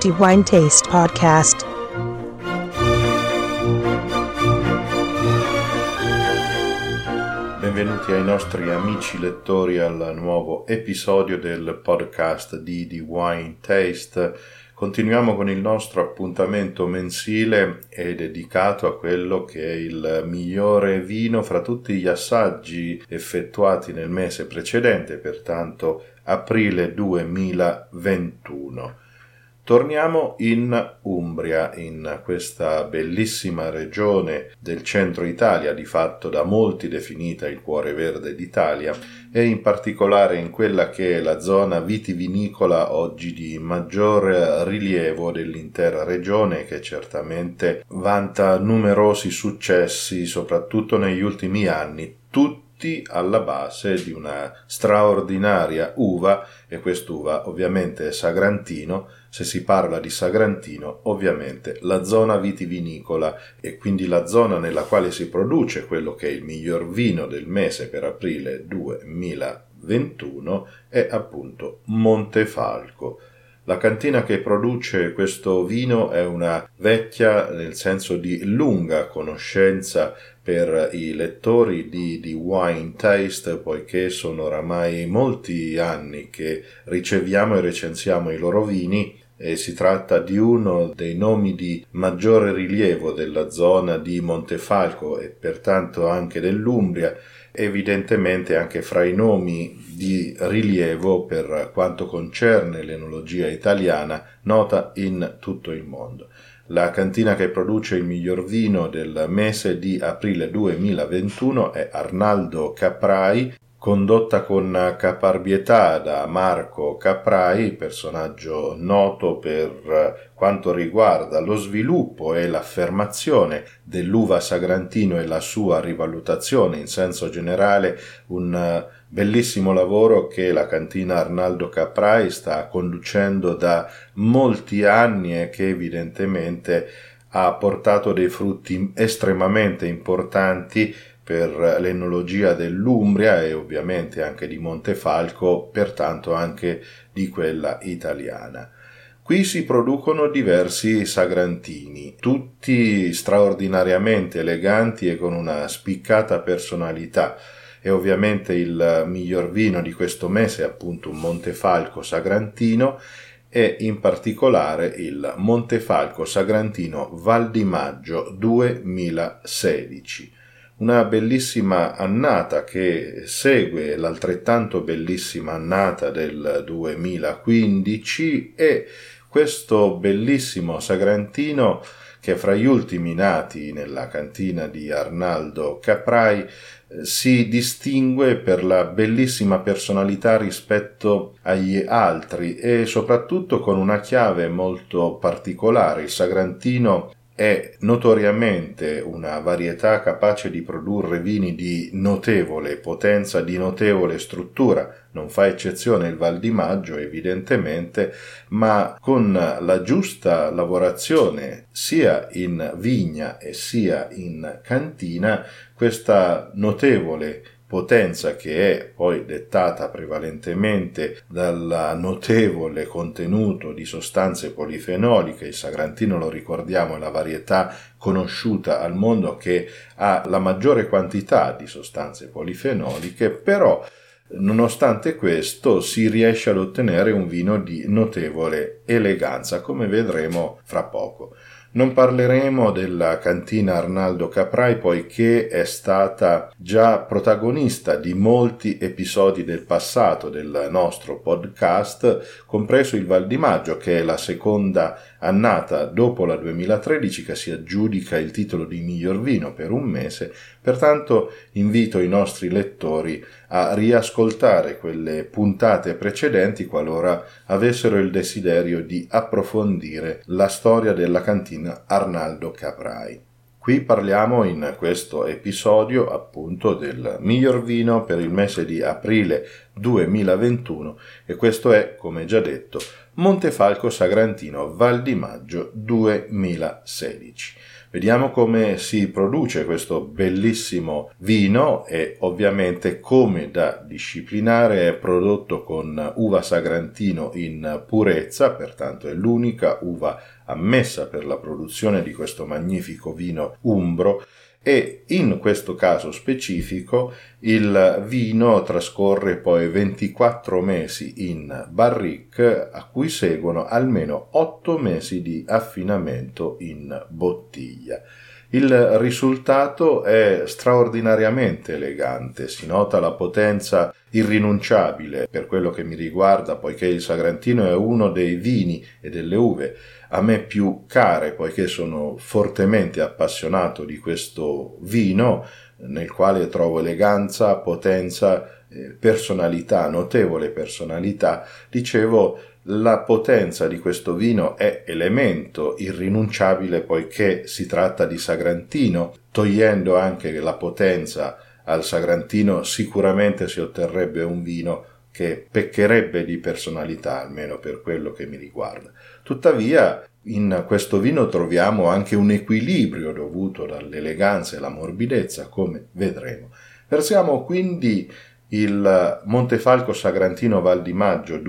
the Wine Taste Podcast. Benvenuti ai nostri amici lettori al nuovo episodio del podcast di The Wine Taste. Continuiamo con il nostro appuntamento mensile e dedicato a quello che è il migliore vino fra tutti gli assaggi effettuati nel mese precedente, pertanto aprile 2021. Torniamo in Umbria, in questa bellissima regione del centro Italia, di fatto da molti definita il cuore verde d'Italia, e in particolare in quella che è la zona vitivinicola oggi di maggior rilievo dell'intera regione, che certamente vanta numerosi successi, soprattutto negli ultimi anni, tutti alla base di una straordinaria uva, e quest'uva ovviamente è Sagrantino. Se si parla di Sagrantino, ovviamente la zona vitivinicola e quindi la zona nella quale si produce quello che è il miglior vino del mese per aprile 2021 è appunto Montefalco. La cantina che produce questo vino è una vecchia, nel senso di lunga conoscenza per i lettori di Wine Taste, poiché sono oramai molti anni che riceviamo e recensiamo i loro vini, e si tratta di uno dei nomi di maggiore rilievo della zona di Montefalco e pertanto anche dell'Umbria, evidentemente anche fra i nomi di rilievo per quanto concerne l'enologia italiana nota in tutto il mondo. La cantina che produce il miglior vino del mese di aprile 2021 è Arnaldo Caprai, condotta con caparbietà da Marco Caprai, personaggio noto per quanto riguarda lo sviluppo e l'affermazione dell'uva Sagrantino e la sua rivalutazione in senso generale, un bellissimo lavoro che la cantina Arnaldo Caprai sta conducendo da molti anni e che evidentemente ha portato dei frutti estremamente importanti per l'enologia dell'Umbria e ovviamente anche di Montefalco, pertanto anche di quella italiana. Qui si producono diversi sagrantini, tutti straordinariamente eleganti e con una spiccata personalità, e ovviamente il miglior vino di questo mese è appunto un Montefalco Sagrantino, e in particolare il Montefalco Sagrantino Val di Maggio 2016. Una bellissima annata che segue l'altrettanto bellissima annata del 2015, e questo bellissimo Sagrantino, che fra gli ultimi nati nella cantina di Arnaldo Caprai, si distingue per la bellissima personalità rispetto agli altri e soprattutto con una chiave molto particolare. Il Sagrantino è notoriamente una varietà capace di produrre vini di notevole potenza, di notevole struttura. Non fa eccezione il Val di Maggio evidentemente, ma con la giusta lavorazione sia in vigna e sia in cantina, questa notevole potenza, che è poi dettata prevalentemente dal notevole contenuto di sostanze polifenoliche. Il Sagrantino, lo ricordiamo, è la varietà conosciuta al mondo che ha la maggiore quantità di sostanze polifenoliche, però nonostante questo si riesce ad ottenere un vino di notevole eleganza, come vedremo fra poco. Non parleremo della cantina Arnaldo Caprai, poiché è stata già protagonista di molti episodi del passato del nostro podcast, compreso il Val di Maggio, che è la seconda annata dopo la 2013 che si aggiudica il titolo di miglior vino per un mese. Pertanto invito i nostri lettori a riascoltare quelle puntate precedenti qualora avessero il desiderio di approfondire la storia della cantina Arnaldo Caprai. Qui parliamo in questo episodio appunto del miglior vino per il mese di aprile 2021, e questo è, come già detto, Montefalco Sagrantino Val di Maggio 2016. Vediamo come si produce questo bellissimo vino e ovviamente come da disciplinare. È prodotto con uva Sagrantino in purezza, pertanto è l'unica uva ammessa per la produzione di questo magnifico vino umbro, e in questo caso specifico il vino trascorre poi 24 mesi in barrique, a cui seguono almeno 8 mesi di affinamento in bottiglia. Il risultato è straordinariamente elegante, si nota la potenza irrinunciabile per quello che mi riguarda, poiché il Sagrantino è uno dei vini e delle uve a me più care, poiché sono fortemente appassionato di questo vino, nel quale trovo eleganza, potenza, personalità, notevole personalità. Dicevo, la potenza di questo vino è elemento irrinunciabile, poiché si tratta di Sagrantino. Togliendo anche la potenza al Sagrantino, sicuramente si otterrebbe un vino che peccherebbe di personalità, almeno per quello che mi riguarda. Tuttavia, in questo vino troviamo anche un equilibrio dovuto dall'eleganza e la morbidezza, come vedremo. Versiamo quindi il Montefalco Sagrantino Val di Maggio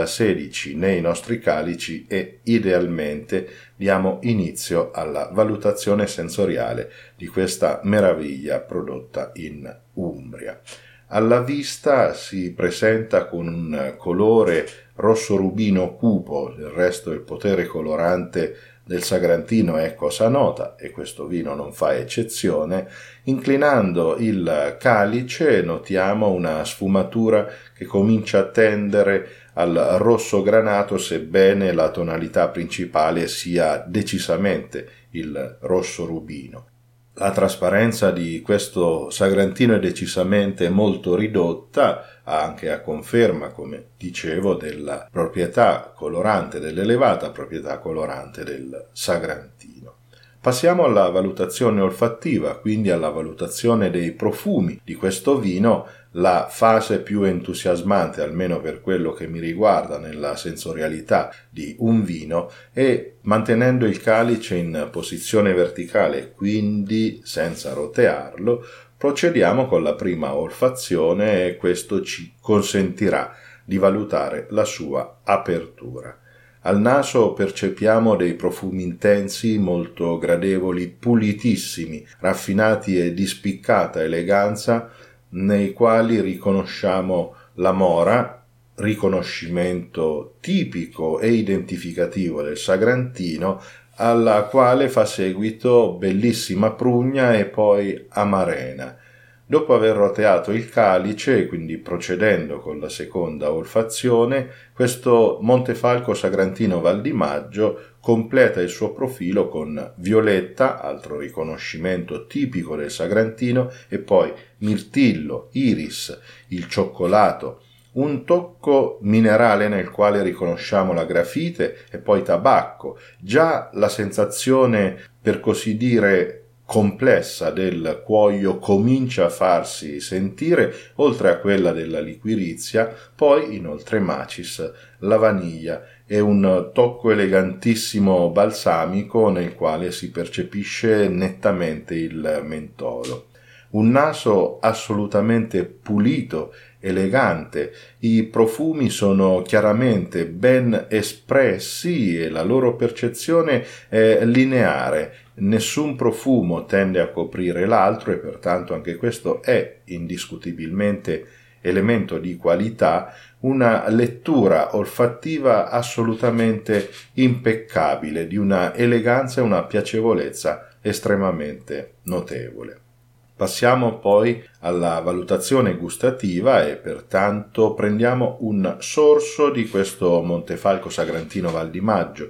2016 nei nostri calici e idealmente diamo inizio alla valutazione sensoriale di questa meraviglia prodotta in Umbria. Alla vista si presenta con un colore rosso rubino cupo, del resto il potere colorante del Sagrantino è cosa nota e questo vino non fa eccezione. Inclinando il calice notiamo una sfumatura che comincia a tendere al rosso granato, sebbene la tonalità principale sia decisamente il rosso rubino. La trasparenza di questo Sagrantino è decisamente molto ridotta, anche a conferma, come dicevo, della proprietà colorante, dell'elevata proprietà colorante del Sagrantino. Passiamo alla valutazione olfattiva, quindi alla valutazione dei profumi di questo vino. La fase più entusiasmante, almeno per quello che mi riguarda nella sensorialità di un vino, è mantenendo il calice in posizione verticale, quindi senza rotearlo, procediamo con la prima olfazione e questo ci consentirà di valutare la sua apertura. Al naso percepiamo dei profumi intensi, molto gradevoli, pulitissimi, raffinati e di spiccata eleganza, nei quali riconosciamo la mora, riconoscimento tipico e identificativo del Sagrantino, alla quale fa seguito bellissima prugna e poi amarena. Dopo aver roteato il calice, quindi procedendo con la seconda olfazione, questo Montefalco Sagrantino Val di Maggio completa il suo profilo con violetta, altro riconoscimento tipico del Sagrantino, e poi mirtillo, iris, il cioccolato, un tocco minerale nel quale riconosciamo la grafite e poi tabacco. Già la sensazione, per così dire, complessa del cuoio comincia a farsi sentire, oltre a quella della liquirizia, poi inoltre macis, la vaniglia e un tocco elegantissimo balsamico nel quale si percepisce nettamente il mentolo. Un naso assolutamente pulito, elegante, i profumi sono chiaramente ben espressi e la loro percezione è lineare. Nessun profumo tende a coprire l'altro e pertanto anche questo è indiscutibilmente elemento di qualità, una lettura olfattiva assolutamente impeccabile, di una eleganza e una piacevolezza estremamente notevole. Passiamo poi alla valutazione gustativa e pertanto prendiamo un sorso di questo Montefalco Sagrantino Val di Maggio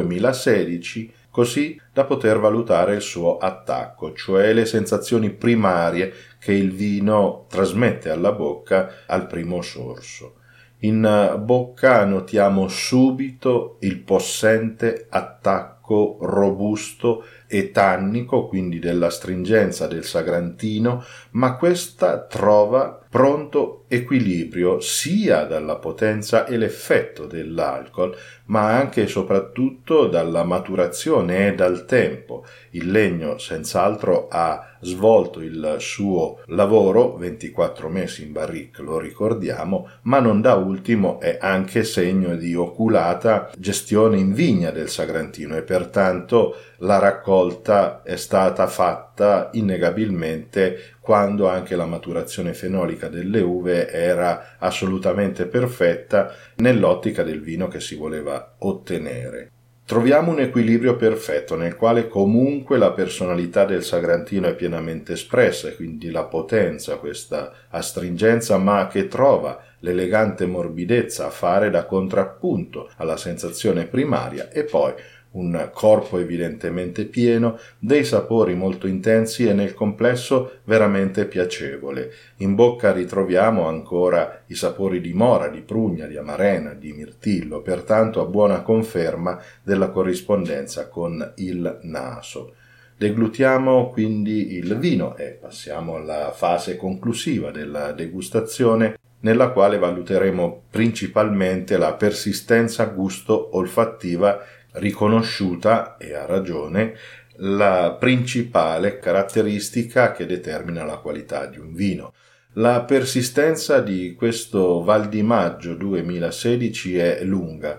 2016, così da poter valutare il suo attacco, cioè le sensazioni primarie che il vino trasmette alla bocca al primo sorso. In bocca notiamo subito il possente attacco secco, robusto e tannico, quindi della stringenza del Sagrantino, ma questa trova pronto equilibrio sia dalla potenza e l'effetto dell'alcol, ma anche e soprattutto dalla maturazione e dal tempo. Il legno senz'altro ha svolto il suo lavoro, 24 mesi in barrique, lo ricordiamo, ma non da ultimo è anche segno di oculata gestione in vigna del Sagrantino e pertanto la raccolta è stata fatta innegabilmente quando anche la maturazione fenolica delle uve era assolutamente perfetta nell'ottica del vino che si voleva ottenere. Troviamo un equilibrio perfetto nel quale comunque la personalità del Sagrantino è pienamente espressa e quindi la potenza, questa astringenza, ma che trova l'elegante morbidezza a fare da contrappunto alla sensazione primaria e poi un corpo evidentemente pieno, dei sapori molto intensi e nel complesso veramente piacevole. In bocca ritroviamo ancora i sapori di mora, di prugna, di amarena, di mirtillo, pertanto a buona conferma della corrispondenza con il naso. Deglutiamo quindi il vino e passiamo alla fase conclusiva della degustazione, nella quale valuteremo principalmente la persistenza gusto-olfattiva riconosciuta, e a ragione, la principale caratteristica che determina la qualità di un vino. La persistenza di questo Val di Maggio 2016 è lunga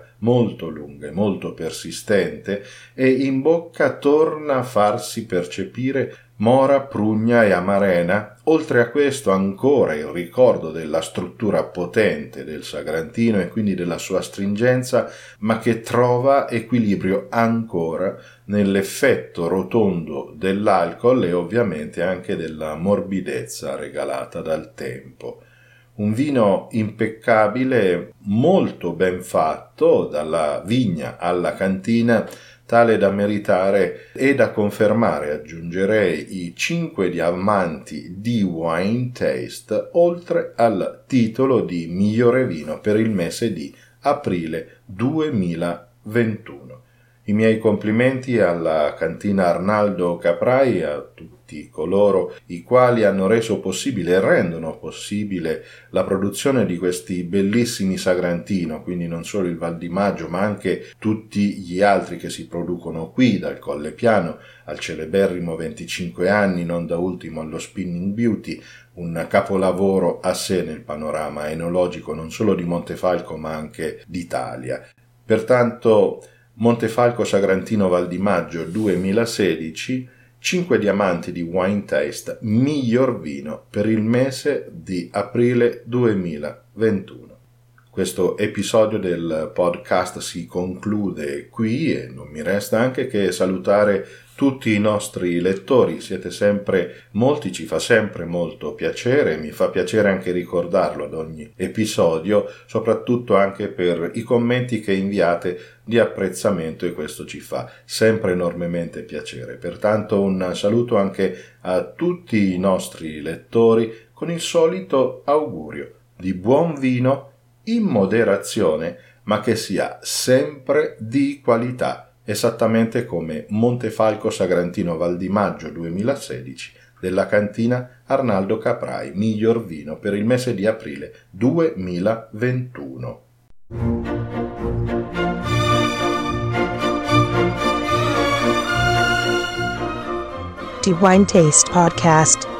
e molto persistente e in bocca torna a farsi percepire mora, prugna e amarena. Oltre a questo ancora il ricordo della struttura potente del Sagrantino e quindi della sua stringenza, ma che trova equilibrio ancora nell'effetto rotondo dell'alcol e ovviamente anche della morbidezza regalata dal tempo. Un vino impeccabile, molto ben fatto, dalla vigna alla cantina, tale da meritare e da confermare, aggiungerei, i 5 diamanti di Wine Taste, oltre al titolo di migliore vino per il mese di aprile 2021. I miei complimenti alla cantina Arnaldo Caprai e a tutti coloro i quali hanno reso possibile e rendono possibile la produzione di questi bellissimi Sagrantino, quindi non solo il Val di Maggio ma anche tutti gli altri che si producono qui, dal Colle Piano al celeberrimo 25 anni, non da ultimo allo Spinning Beauty, un capolavoro a sé nel panorama enologico non solo di Montefalco ma anche d'Italia. Pertanto Montefalco Sagrantino Val di Maggio 2016, 5 diamanti di Wine Taste, miglior vino per il mese di aprile 2021. Questo episodio del podcast si conclude qui e non mi resta anche che salutare tutti i nostri lettori. Siete sempre molti, ci fa sempre molto piacere, mi fa piacere anche ricordarlo ad ogni episodio, soprattutto anche per i commenti che inviate di apprezzamento e questo ci fa sempre enormemente piacere. Pertanto un saluto anche a tutti i nostri lettori con il solito augurio di buon vino in moderazione, ma che sia sempre di qualità, esattamente come Montefalco Sagrantino Val di Maggio 2016 della cantina Arnaldo Caprai, miglior vino per il mese di aprile 2021. Die Wine Taste Podcast.